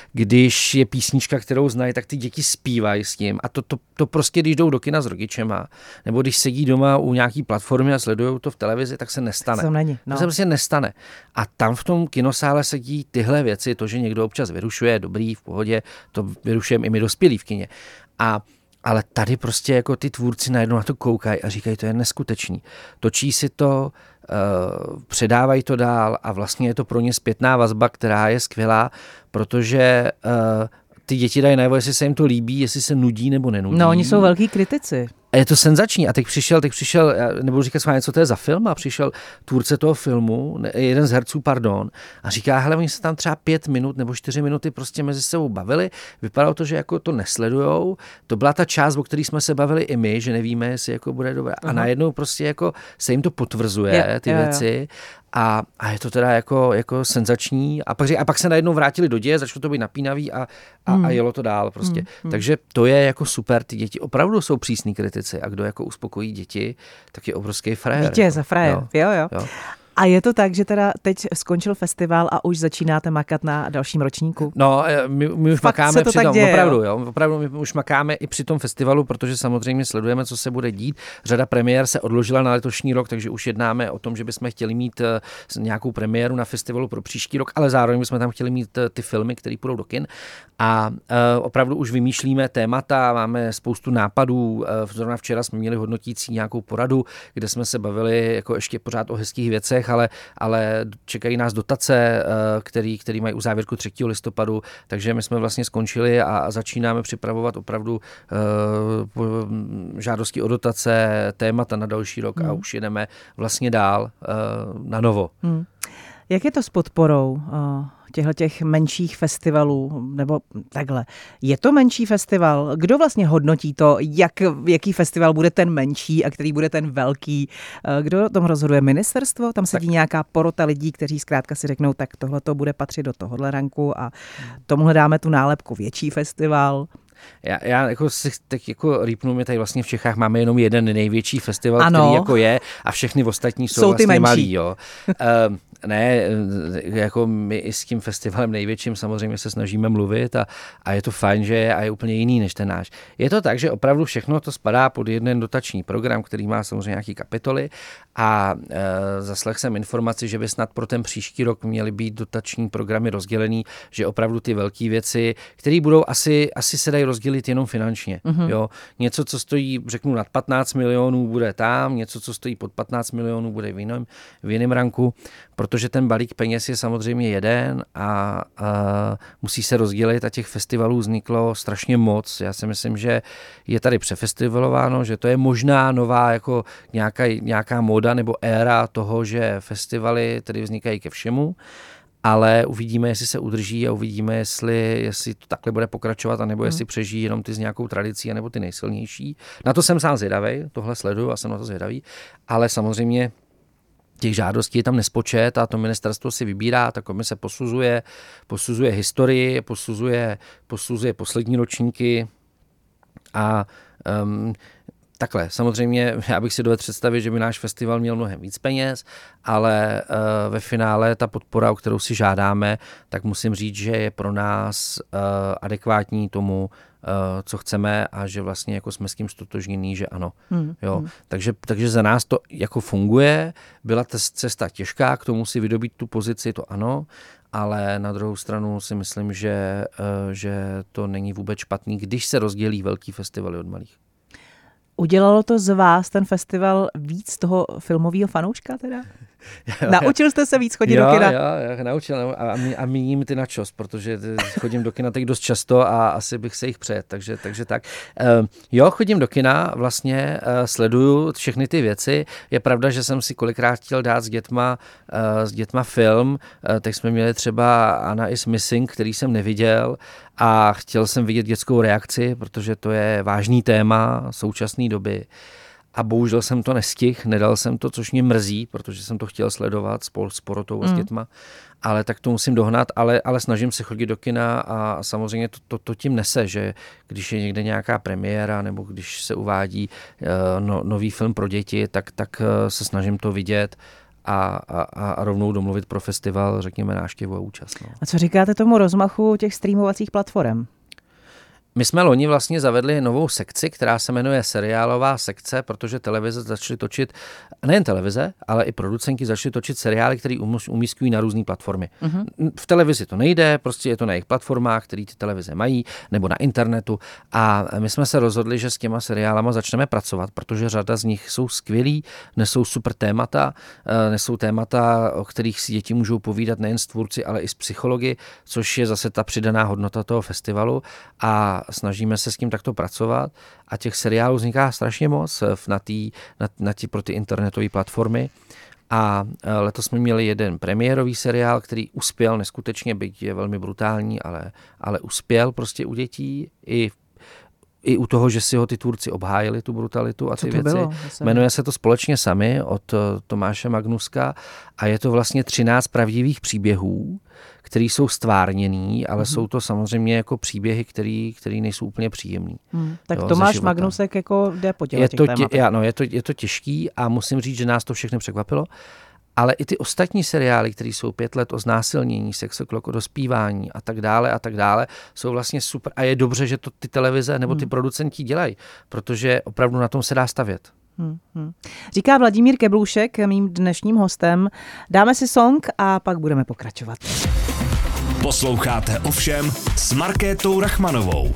Když je písnička, kterou znají, tak ty děti zpívají s tím. A to, to, to prostě, když jdou do kina s rodičema, nebo když sedí doma u nějaký platformy a sledují to v televizi, tak se nestane. To není. No. To se prostě nestane. A tam v tom kinosále sedí tyhle věci, to, že někdo občas vyrušuje, dobrý, v pohodě, to vyrušujeme i my dospělí v kině. A ale tady prostě jako ty tvůrci najednou na to koukají a říkají, to je neskutečný. Točí si to, uh, předávají to dál a vlastně je to pro ně zpětná vazba, která je skvělá, protože uh, ty děti dají najevo, jestli se jim to líbí, jestli se nudí nebo nenudí. No, oni jsou velký kritici. A je to senzační. A teď přišel, teď přišel, nebudu říkat s vámi, co to je za film, a přišel tvůrce toho filmu, jeden z herců, pardon, a říká, hele, oni se tam třeba pět minut nebo čtyři minuty prostě mezi sebou bavili. Vypadalo to, že jako to nesledujou. To byla ta část, o které jsme se bavili i my, že nevíme, jestli jako bude dobrá. A najednou prostě jako se jim to potvrzuje, je, ty je, věci. Je. A, a je to teda jako, jako senzační. A pak, a pak se najednou vrátili do děje, začalo to být napínavý a, a, hmm. a jelo to dál prostě. Hmm. Takže to je jako super. Ty děti opravdu jsou přísný kritici a kdo jako uspokojí děti, tak je obrovský frajer. Vítěz a frajer, jo, jo, jo. jo. A je to tak, že teda teď skončil festival a už začínáte makat na dalším ročníku? No, my, my už Fakt makáme při tom, děje, opravdu, jo? jo, opravdu my už makáme i při tom festivalu, protože samozřejmě sledujeme, co se bude dít. Řada premiér se odložila na letošní rok, takže už jednáme o tom, že bychom chtěli mít nějakou premiéru na festivalu pro příští rok, ale zároveň bychom tam chtěli mít ty filmy, které půjdou do kin. A uh, opravdu už vymýšlíme témata, máme spoustu nápadů. Uh, zrovna včera jsme měli hodnotící nějakou poradu, kde jsme se bavili jako ještě pořád o hezkých věcech, ale, ale čekají nás dotace, uh, který, který mají uzávěrku třetího listopadu, takže my jsme vlastně skončili a, a začínáme připravovat opravdu uh, žádosti o dotace, témata na další rok hmm. a už jedeme vlastně dál uh, na novo. Hmm. Jak je to s podporou uh, těchto těch menších festivalů, nebo takhle? Je to menší festival? Kdo vlastně hodnotí to, jak, jaký festival bude ten menší a který bude ten velký? Uh, kdo o tom rozhoduje? Ministerstvo? Tam sedí tak nějaká porota lidí, kteří zkrátka si řeknou, tak tohle to bude patřit do tohohle ranku a tomuhle dáme tu nálepku větší festival. Já, já jako si tak jako rýpnu, my tady vlastně v Čechách máme jenom jeden největší festival, ano, který jako je a všechny ostatní jsou, jsou vlastně malí. Jo. Uh, ne, jako my i s tím festivalem největším samozřejmě se snažíme mluvit a, a je to fajn, že je a je úplně jiný než ten náš. Je to tak, že opravdu všechno to spadá pod jeden dotační program, který má samozřejmě nějaký kapitoly a uh, zaslech jsem informaci, že by snad pro ten příští rok měly být dotační programy rozdělený, že opravdu ty velké věci, které budou asi, asi se dají rozdělit jenom finančně. Mm-hmm. Jo. Něco, co stojí, řeknu, nad patnáct milionů, bude tam, něco, co stojí pod patnáct milionů, bude v jiném, v jiném ranku, protože ten balík peněz je samozřejmě jeden a, a musí se rozdělit a těch festivalů vzniklo strašně moc. Já si myslím, že je tady přefestivalováno, že to je možná nová jako nějaká, nějaká móda nebo éra toho, že festivaly tedy vznikají ke všemu. ale uvidíme, jestli se udrží a uvidíme, jestli, jestli to takhle bude pokračovat, anebo hmm. jestli přežijí jenom ty s nějakou tradicí, anebo ty nejsilnější. Na to jsem sám zvědavý, tohle sleduju a jsem na to zvědavý, ale samozřejmě těch žádostí je tam nespočet a to ministerstvo si vybírá, ta komise posuzuje, posuzuje historii, posuzuje, posuzuje poslední ročníky a um, takhle, samozřejmě já bych si dovedl představit, že by náš festival měl mnohem víc peněz, ale uh, ve finále ta podpora, o kterou si žádáme, tak musím říct, že je pro nás uh, adekvátní tomu, uh, co chceme a že vlastně jako jsme s tím stotožnění, že ano. Hmm. Jo. Hmm. Takže, takže za nás to jako funguje, byla ta cesta těžká, k tomu si vydobít tu pozici, to ano, ale na druhou stranu si myslím, že, uh, že to není vůbec špatný, když se rozdělí velký festivaly od malých. Udělalo to z vás ten festival víc toho filmového fanouška teda? Naučil jste se víc chodit jo, do kina? Jo, já naučil a, a míním ty načos, protože chodím do kina teď dost často a asi bych se jich přejet, takže, takže tak. Uh, jo, chodím do kina, vlastně uh, sleduju všechny ty věci. Je pravda, že jsem si kolikrát chtěl dát s dětma, uh, s dětma film, uh, teď jsme měli třeba Anna is Missing, který jsem neviděl a chtěl jsem vidět dětskou reakci, protože to je vážný téma současné doby. A bohužel jsem to nestihl, nedal jsem to, což mě mrzí, protože jsem to chtěl sledovat spolu s porotou a s dětma, ale tak to musím dohnat, ale, ale snažím se chodit do kina a samozřejmě to, to, to tím nese, že když je někde nějaká premiéra nebo když se uvádí uh, no, nový film pro děti, tak, tak uh, se snažím to vidět a, a, a rovnou domluvit pro festival, řekněme, návštěvu a účast. No. A co říkáte tomu rozmachu těch streamovacích platform? My jsme loni vlastně zavedli novou sekci, která se jmenuje seriálová sekce, protože televize začaly točit, nejen televize, ale i producenti začaly točit seriály, které umísťují na různé platformy. Uh-huh. V televizi to nejde, prostě je to na jejich platformách, které ty televize mají, nebo na internetu. A my jsme se rozhodli, že s těma seriálama začneme pracovat, protože řada z nich jsou skvělí, nesou super témata, nesou témata, o kterých si děti můžou povídat nejen s tvůrci, ale i s psychologi, což je zase ta přidaná hodnota toho festivalu. A snažíme se s tím takto pracovat a těch seriálů vzniká strašně moc na tý, na, na tí, pro ty internetové platformy. A letos jsme měli jeden premiérový seriál, který uspěl neskutečně, byť je velmi brutální, ale, ale uspěl prostě u dětí i i u toho, že si ho ty tvůrci obhájili, tu brutalitu a ty věci. Bylo, jmenuje se to Společně sami od Tomáše Magnuska a je to vlastně třináct pravdivých příběhů, které jsou stvárněný, ale mm. jsou to samozřejmě jako příběhy, které nejsou úplně příjemný. Mm. Tak jo, Tomáš Magnusek jako jde po těch tématech. Tě, no, je, to, je to těžký a musím říct, že nás to všechno překvapilo. Ale i ty ostatní seriály, které jsou pět let o znásilnění, sex o'clock, o dospívání a tak dále a tak dále, jsou vlastně super. A je dobře, že to ty televize nebo ty hmm. producenti dělají, protože opravdu na tom se dá stavět. Hmm, hmm. Říká Vladimír Keblůšek, mým dnešním hostem. Dáme si song a pak budeme pokračovat. Posloucháte Ovšem s Markétou Rachmanovou.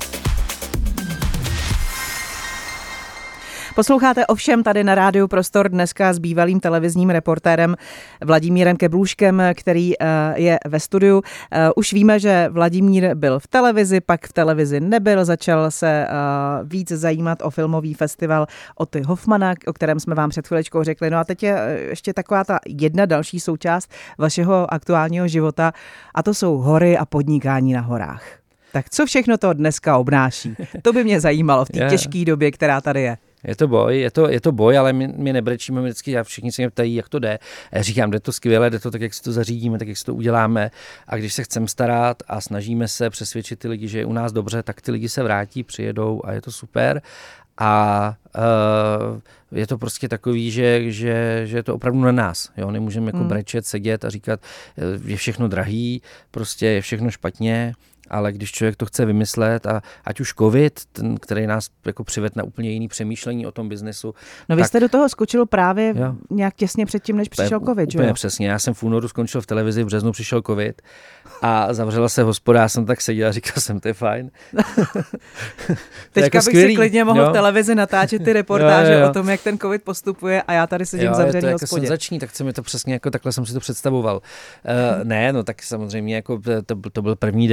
Posloucháte Ovšem tady na Rádiu Prostor dneska s bývalým televizním reportérem Vladimírem Keblůškem, který je ve studiu. Už víme, že Vladimír byl v televizi, pak v televizi nebyl, začal se víc zajímat o filmový festival Oty Hoffmana, o kterém jsme vám před chviličkou řekli. No a teď je ještě taková ta jedna další součást vašeho aktuálního života a to jsou hory a podnikání na horách. Tak co všechno to dneska obnáší? To by mě zajímalo v té yeah. těžké době, která tady je. Je to boj, je to, je to boj, ale my, my nebrečíme vždycky a všichni se mě ptají, jak to jde. Já říkám, jde to skvěle, jde to tak, jak si to zařídíme, tak, jak si to uděláme. A když se chceme starat a snažíme se přesvědčit ty lidi, že je u nás dobře, tak ty lidi se vrátí, přijedou a je to super. A uh, je to prostě takový, že, že, že je to opravdu na nás. Jo? Nemůžeme jako hmm. brečet, sedět a říkat, je všechno drahý, prostě je všechno špatně. Ale když člověk to chce vymyslet a ať už covid, ten, který nás jako přived na úplně jiný přemýšlení o tom biznesu. No vy tak, jste do toho skočil právě jo. nějak těsně předtím, než přišel covid, že jo? Úplně přesně. Já jsem v únoru skončil v televizi, v březnu přišel covid a zavřela se hospoda, já jsem tak seděl a říkal jsem, to je fajn. Teďka jako bych skvělý. Si klidně mohl jo. v televizi natáčet ty reportáže jo, jo, jo. o tom, jak ten covid postupuje a já tady sedím zavřený v hospodě. Jo, senzační, tak se mi to přesně jako takhle jsem si to představoval. Uh, ne, no tak samozřejmě jako to, to byl první den, kdy jako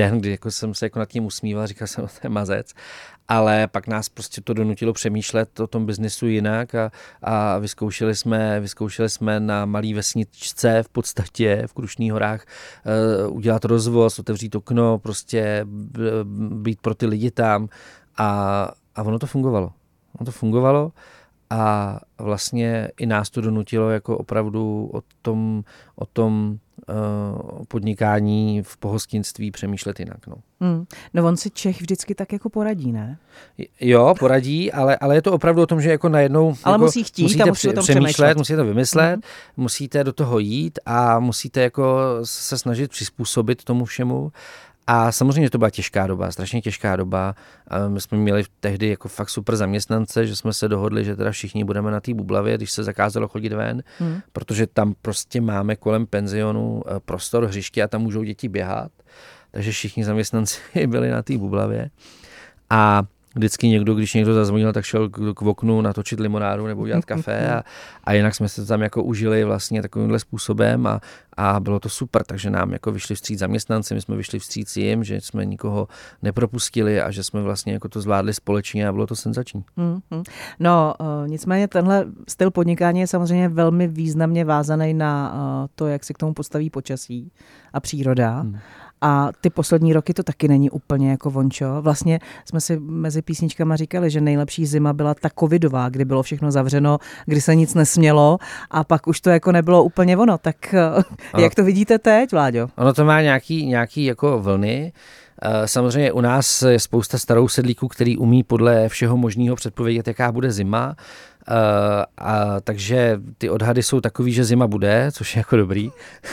jako jsem se jako nad tím usmíval, říkal jsem, to je mazec, ale pak nás prostě to donutilo přemýšlet o tom biznesu jinak a, a vyzkoušeli jsme, vyzkoušeli jsme na malý vesničce v podstatě v Krušných horách uh, udělat rozvoz, otevřít okno, prostě být pro ty lidi tam a, a ono to fungovalo. Ono to fungovalo. A vlastně i nás to donutilo jako opravdu o tom, o tom uh, podnikání v pohostinství přemýšlet jinak. No. Hmm. No on si Čech vždycky tak jako poradí, ne? Jo, poradí, ale, ale je to opravdu o tom, že jako najednou ale jako musí chtít musíte a musí o tom přemýšlet, přemýšlet. musíte to vymyslet, hmm. musíte do toho jít a musíte jako se snažit přizpůsobit tomu všemu. A samozřejmě to byla těžká doba, strašně těžká doba. My jsme měli tehdy jako fakt super zaměstnance, že jsme se dohodli, že teda všichni budeme na té Bublavě, když se zakázalo chodit ven, hmm. protože tam prostě máme kolem penzionu prostor, hřiště a tam můžou děti běhat. Takže všichni zaměstnanci byli na té Bublavě. A vždycky někdo, když někdo zazvonil, tak šel k, k oknu natočit limonádu nebo udělat kafe a, a jinak jsme se tam jako užili vlastně takovýmhle způsobem a, a bylo to super, takže nám jako vyšli vstříc zaměstnanci, my jsme vyšli vstříc jim, že jsme nikoho nepropustili a že jsme vlastně jako to zvládli společně a bylo to senzační. Mm-hmm. No, uh, nicméně tenhle styl podnikání je samozřejmě velmi významně vázaný na uh, to, jak se k tomu postaví počasí a příroda. Hmm. A ty poslední roky to taky není úplně jako vončo. Vlastně jsme si mezi písničkama říkali, že nejlepší zima byla ta covidová, kdy bylo všechno zavřeno, kdy se nic nesmělo a pak už to jako nebylo úplně ono. Tak ano. Jak to vidíte teď, Vláďo? Ono to má nějaký, nějaký jako vlny. Samozřejmě u nás je spousta starou sedlíků, který umí podle všeho možného předpovědět, jaká bude zima. Uh, a takže ty odhady jsou takový, že zima bude, což je jako dobrý.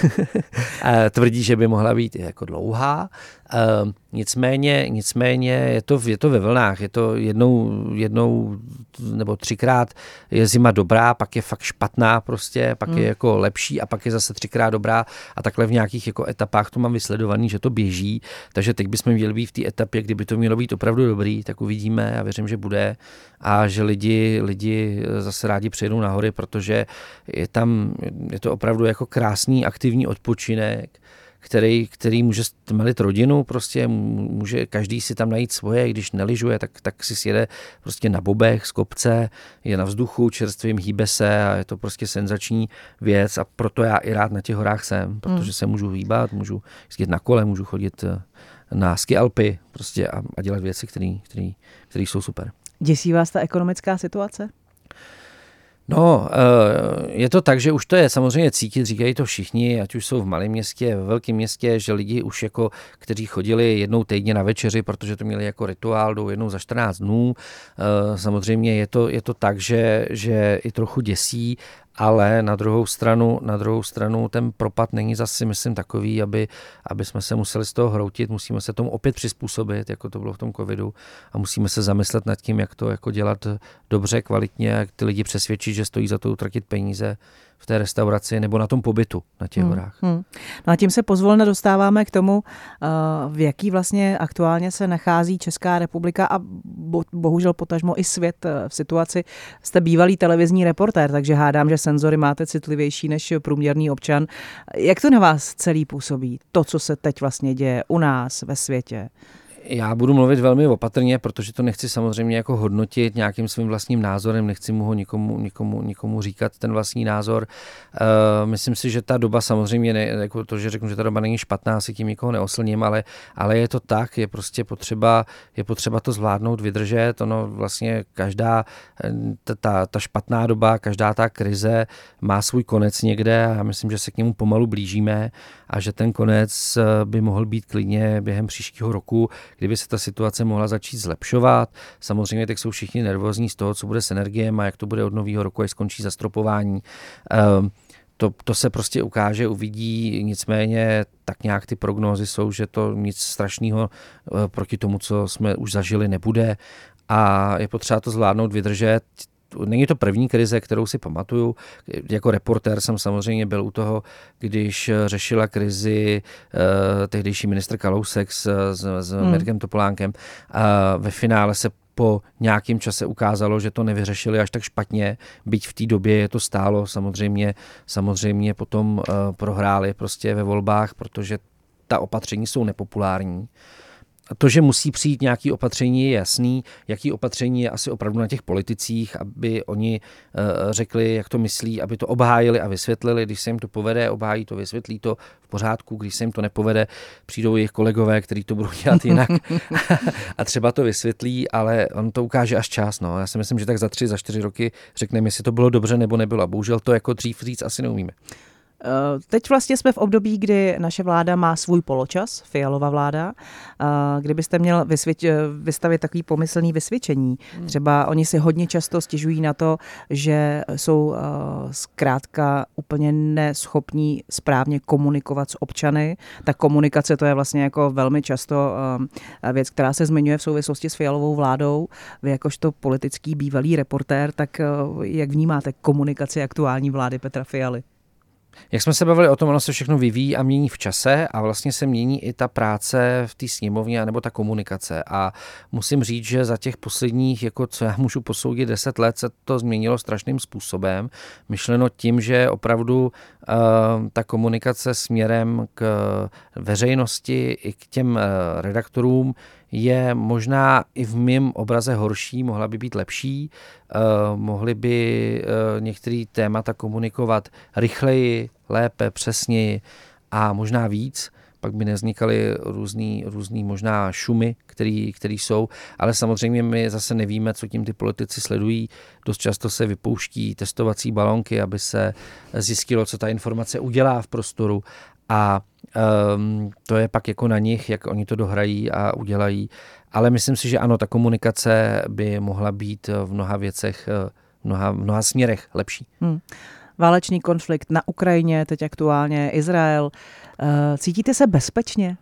Tvrdí, že by mohla být jako dlouhá. Uh, nicméně, nicméně je to, je to ve vlnách. Je to jednou, jednou nebo třikrát je zima dobrá, pak je fakt špatná prostě, pak hmm. je jako lepší a pak je zase třikrát dobrá a takhle v nějakých jako etapách to mám vysledovaný, že to běží. Takže teď bychom měli být v té etapě, kdyby to mělo být opravdu dobrý, tak uvidíme a věřím, že bude a že lidi, lidi zase rádi přijedou na hory, protože je tam, je to opravdu jako krásný aktivní odpočinek, který, který může stmelit rodinu, prostě může každý si tam najít svoje, když nelyžuje, tak, tak si sjede prostě na bobech z kopce, je na vzduchu, čerstvým, hýbe se a je to prostě senzační věc a proto já i rád na těch horách jsem, protože hmm. se můžu hýbat, můžu jít na kole, můžu chodit na ski Alpy prostě a, a dělat věci, které jsou super. Děsí vás ta ekonomická situace? No, je to tak, že už to je samozřejmě cítit, říkají to všichni, ať už jsou v malém městě, ve velkém městě, že lidi už jako, kteří chodili jednou týdně na večeři, protože to měli jako rituál, jdou jednou za čtrnáct dnů. Samozřejmě je to, je to tak, že, že i trochu děsí, ale na druhou stranu, na druhou stranu ten propad není zase, myslím, takový, aby, aby jsme se museli z toho hroutit, musíme se tomu opět přizpůsobit, jako to bylo v tom covidu a musíme se zamyslet nad tím, jak to jako dělat dobře, kvalitně, jak ty lidi přesvědčit, že stojí za to utratit peníze v té restauraci nebo na tom pobytu na těch horách. Hmm, hmm. No a tím se pozvolna dostáváme k tomu, v jaký vlastně aktuálně se nachází Česká republika a bo, bohužel potažmo i svět v situaci. Jste bývalý televizní reportér, takže hádám, že senzory máte citlivější než průměrný občan. Jak to na vás celý působí? To, co se teď vlastně děje u nás ve světě? Já budu mluvit velmi opatrně, protože to nechci samozřejmě jako hodnotit nějakým svým vlastním názorem, nechci mu ho nikomu, nikomu, nikomu říkat ten vlastní názor. Uh, myslím si, že ta doba samozřejmě, ne, jako to, že řeknu, že ta doba není špatná, si tím nikoho neoslním, ale, ale je to tak, je prostě potřeba, je potřeba to zvládnout, vydržet. Ono vlastně každá ta, ta, ta špatná doba, každá ta krize má svůj konec někde a já myslím, že se k němu pomalu blížíme a že ten konec by mohl být klidně během příštího roku, kdyby se ta situace mohla začít zlepšovat. Samozřejmě teď jsou všichni nervózní z toho, co bude s energiem a jak to bude od nového roku, až skončí zastropování. Um, to, to se prostě ukáže, uvidí, nicméně tak nějak ty prognózy jsou, že to nic strašného uh, proti tomu, co jsme už zažili, nebude a je potřeba to zvládnout, vydržet. Není to první krize, kterou si pamatuju. Jako reportér jsem samozřejmě byl u toho, když řešila krizi eh, tehdejší ministr Kalousek s, s, s hmm. Mirkem Topolánkem. A ve finále se po nějakém čase ukázalo, že to nevyřešili až tak špatně, byť v té době je to stálo. Samozřejmě, samozřejmě potom eh, prohráli prostě ve volbách, protože ta opatření jsou nepopulární. to, že musí přijít nějaký opatření, je jasný. Jaký opatření je asi opravdu na těch politicích, aby oni uh, řekli, jak to myslí, aby to obhájili a vysvětlili. Když se jim to povede, obhájí to, vysvětlí to v pořádku. Když se jim to nepovede, přijdou jejich kolegové, kteří to budou dělat jinak a třeba to vysvětlí, ale on to ukáže až čas. No. Já si myslím, že tak za tři, za čtyři roky řekneme, jestli to bylo dobře nebo nebylo. Bohužel to jako dřív říct asi neumíme. Teď vlastně jsme v období, kdy naše vláda má svůj poločas, Fialova vláda. Kdybyste měl vysvěť, vystavit takový pomyslný vysvědčení, třeba oni si hodně často stěžují na to, že jsou zkrátka úplně neschopní správně komunikovat s občany. Ta komunikace to je vlastně jako velmi často věc, která se zmiňuje v souvislosti s Fialovou vládou. Vy jakožto politický bývalý reportér, tak jak vnímáte komunikaci aktuální vlády Petra Fialy? Jak jsme se bavili o tom, ono se všechno vyvíjí a mění v čase a vlastně se mění i ta práce v té sněmovně nebo ta komunikace. A musím říct, že za těch posledních, jako co já můžu posoudit, deset let se to změnilo strašným způsobem. Myšleno tím, že opravdu uh, ta komunikace směrem k veřejnosti i k těm uh, redaktorům je možná i v mém obraze horší, mohla by být lepší, uh, mohly by uh, některé témata komunikovat rychleji, lépe, přesněji a možná víc, pak by nevznikaly různý, různý možná šumy, který, který jsou, ale samozřejmě my zase nevíme, co tím ty politici sledují. Dost často se vypouští testovací balonky, aby se zjistilo, co ta informace udělá v prostoru a Um, to je pak jako na nich, jak oni to dohrají a udělají. Ale myslím si, že ano, ta komunikace by mohla být v mnoha věcech, v mnoha, v mnoha směrech lepší. Hmm. Válečný konflikt na Ukrajině, teď aktuálně Izrael. Cítíte se bezpečně?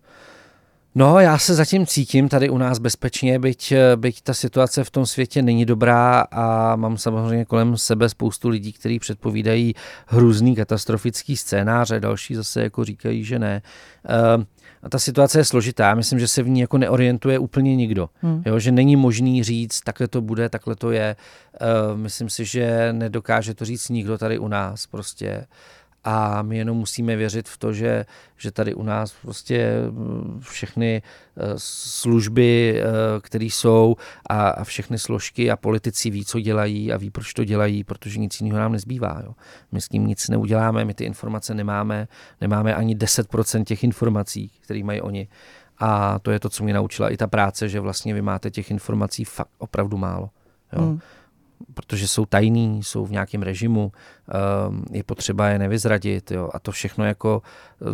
No, já se zatím cítím tady u nás bezpečně, byť, byť ta situace v tom světě není dobrá a mám samozřejmě kolem sebe spoustu lidí, kteří předpovídají hrůzný katastrofický scénáře, další zase jako říkají, že ne. A ta situace je složitá, myslím, že se v ní jako neorientuje úplně nikdo. Hmm. Jo, že není možný říct, takhle to bude, takhle to je. Myslím si, že nedokáže to říct nikdo tady u nás prostě. A my jenom musíme věřit v to, že, že tady u nás prostě všechny služby, které jsou a, a všechny složky a politici ví, co dělají a ví, proč to dělají, protože nic jiného nám nezbývá. Jo. My s tím nic neuděláme, my ty informace nemáme, nemáme ani deset procent těch informací, které mají oni. A to je to, co mě naučila i ta práce, že vlastně vy máte těch informací fakt opravdu málo. Jo. Hmm. Protože jsou tajný, jsou v nějakém režimu, je potřeba je nevyzradit, jo, a to všechno jako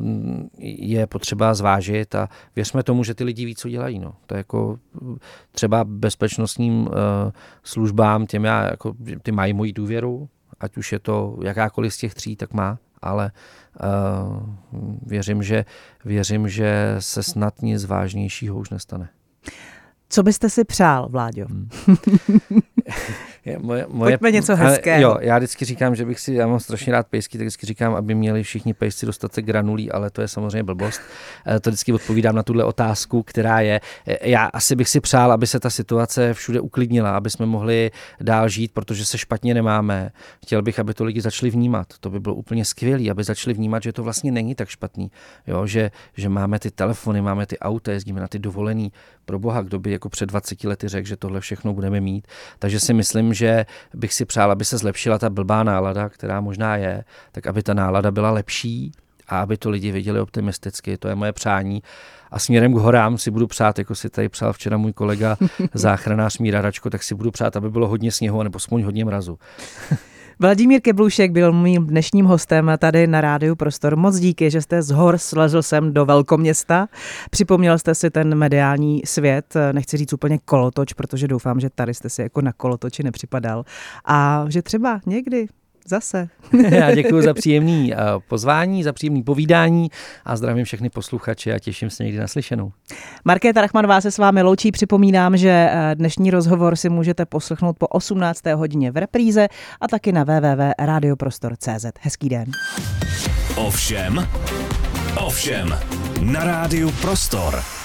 je potřeba zvážit a věřme tomu, že ty lidi ví, co dělají. No. To je jako třeba bezpečnostním službám, těm já, jako, ty mají moji důvěru, ať už je to jakákoliv z těch tří, tak má, ale uh, věřím, že, věřím, že se snad nic vážnějšího už nestane. Co byste si přál, Vláďo? Hmm. Moje, moje, Pojďme něco hezkého. Jo, já vždycky říkám, že bych si, já mám strašně rád pejsky, tak vždycky říkám, aby měli všichni pejsci dostatek granulí, ale to je samozřejmě blbost. To vždycky odpovídám na tuhle otázku, která je. Já asi bych si přál, aby se ta situace všude uklidnila, aby jsme mohli dál žít, protože se špatně nemáme. Chtěl bych, aby to lidi začali vnímat. To by bylo úplně skvělé, aby začali vnímat, že to vlastně není tak špatný. Jo, že, že máme ty telefony, máme ty auta, jezdíme na ty dovolený. Pro boha, kdo by jako před dvaceti lety řekl, že tohle všechno budeme mít. Takže si myslím, že bych si přál, aby se zlepšila ta blbá nálada, která možná je, tak aby ta nálada byla lepší a aby to lidi viděli optimisticky. To je moje přání. A směrem k horám si budu přát, jako si tady přál včera můj kolega záchranář Míra Račko, tak si budu přát, aby bylo hodně sněhu, nebo aspoň hodně mrazu. Vladimír Keblušek byl mým dnešním hostem tady na Rádiu Prostor. Moc díky, že jste z hor slezl sem do velkoměsta. Připomněl jste si ten mediální svět, nechci říct úplně kolotoč, protože doufám, že tady jste si jako na kolotoči nepřipadal. A že třeba někdy zase. Já děkuji za příjemný pozvání, za příjemný povídání a zdravím všechny posluchače a těším se někdy na slyšenou. Markéta Rachmanová se s vámi loučí. Připomínám, že dnešní rozhovor si můžete poslechnout po osmnácté hodině v repríze a taky na w w w tečka radioprostor tečka c z. Hezký den. Ovšem, ovšem, na Rádiu Prostor.